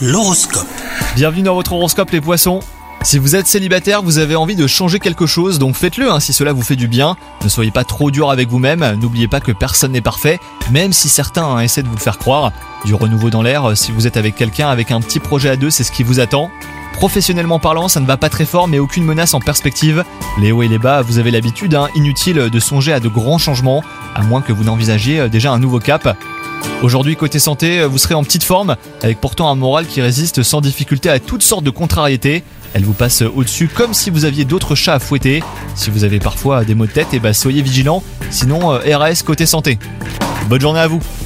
L'horoscope. Bienvenue dans votre horoscope les poissons. Si vous êtes célibataire, vous avez envie de changer quelque chose, donc faites-le si cela vous fait du bien. Ne soyez pas trop dur avec vous-même, n'oubliez pas que personne n'est parfait, même si certains essaient de vous le faire croire. Du renouveau dans l'air, si vous êtes avec quelqu'un avec un petit projet à deux, c'est ce qui vous attend. Professionnellement parlant, ça ne va pas très fort, mais aucune menace en perspective. Les hauts et les bas, vous avez l'habitude, inutile de songer à de grands changements, à moins que vous n'envisagiez déjà un nouveau cap. Aujourd'hui, côté santé, vous serez en petite forme, avec pourtant un moral qui résiste sans difficulté à toutes sortes de contrariétés. Elle vous passe au-dessus comme si vous aviez d'autres chats à fouetter. Si vous avez parfois des maux de tête, soyez vigilants, sinon RAS côté santé. Bonne journée à vous.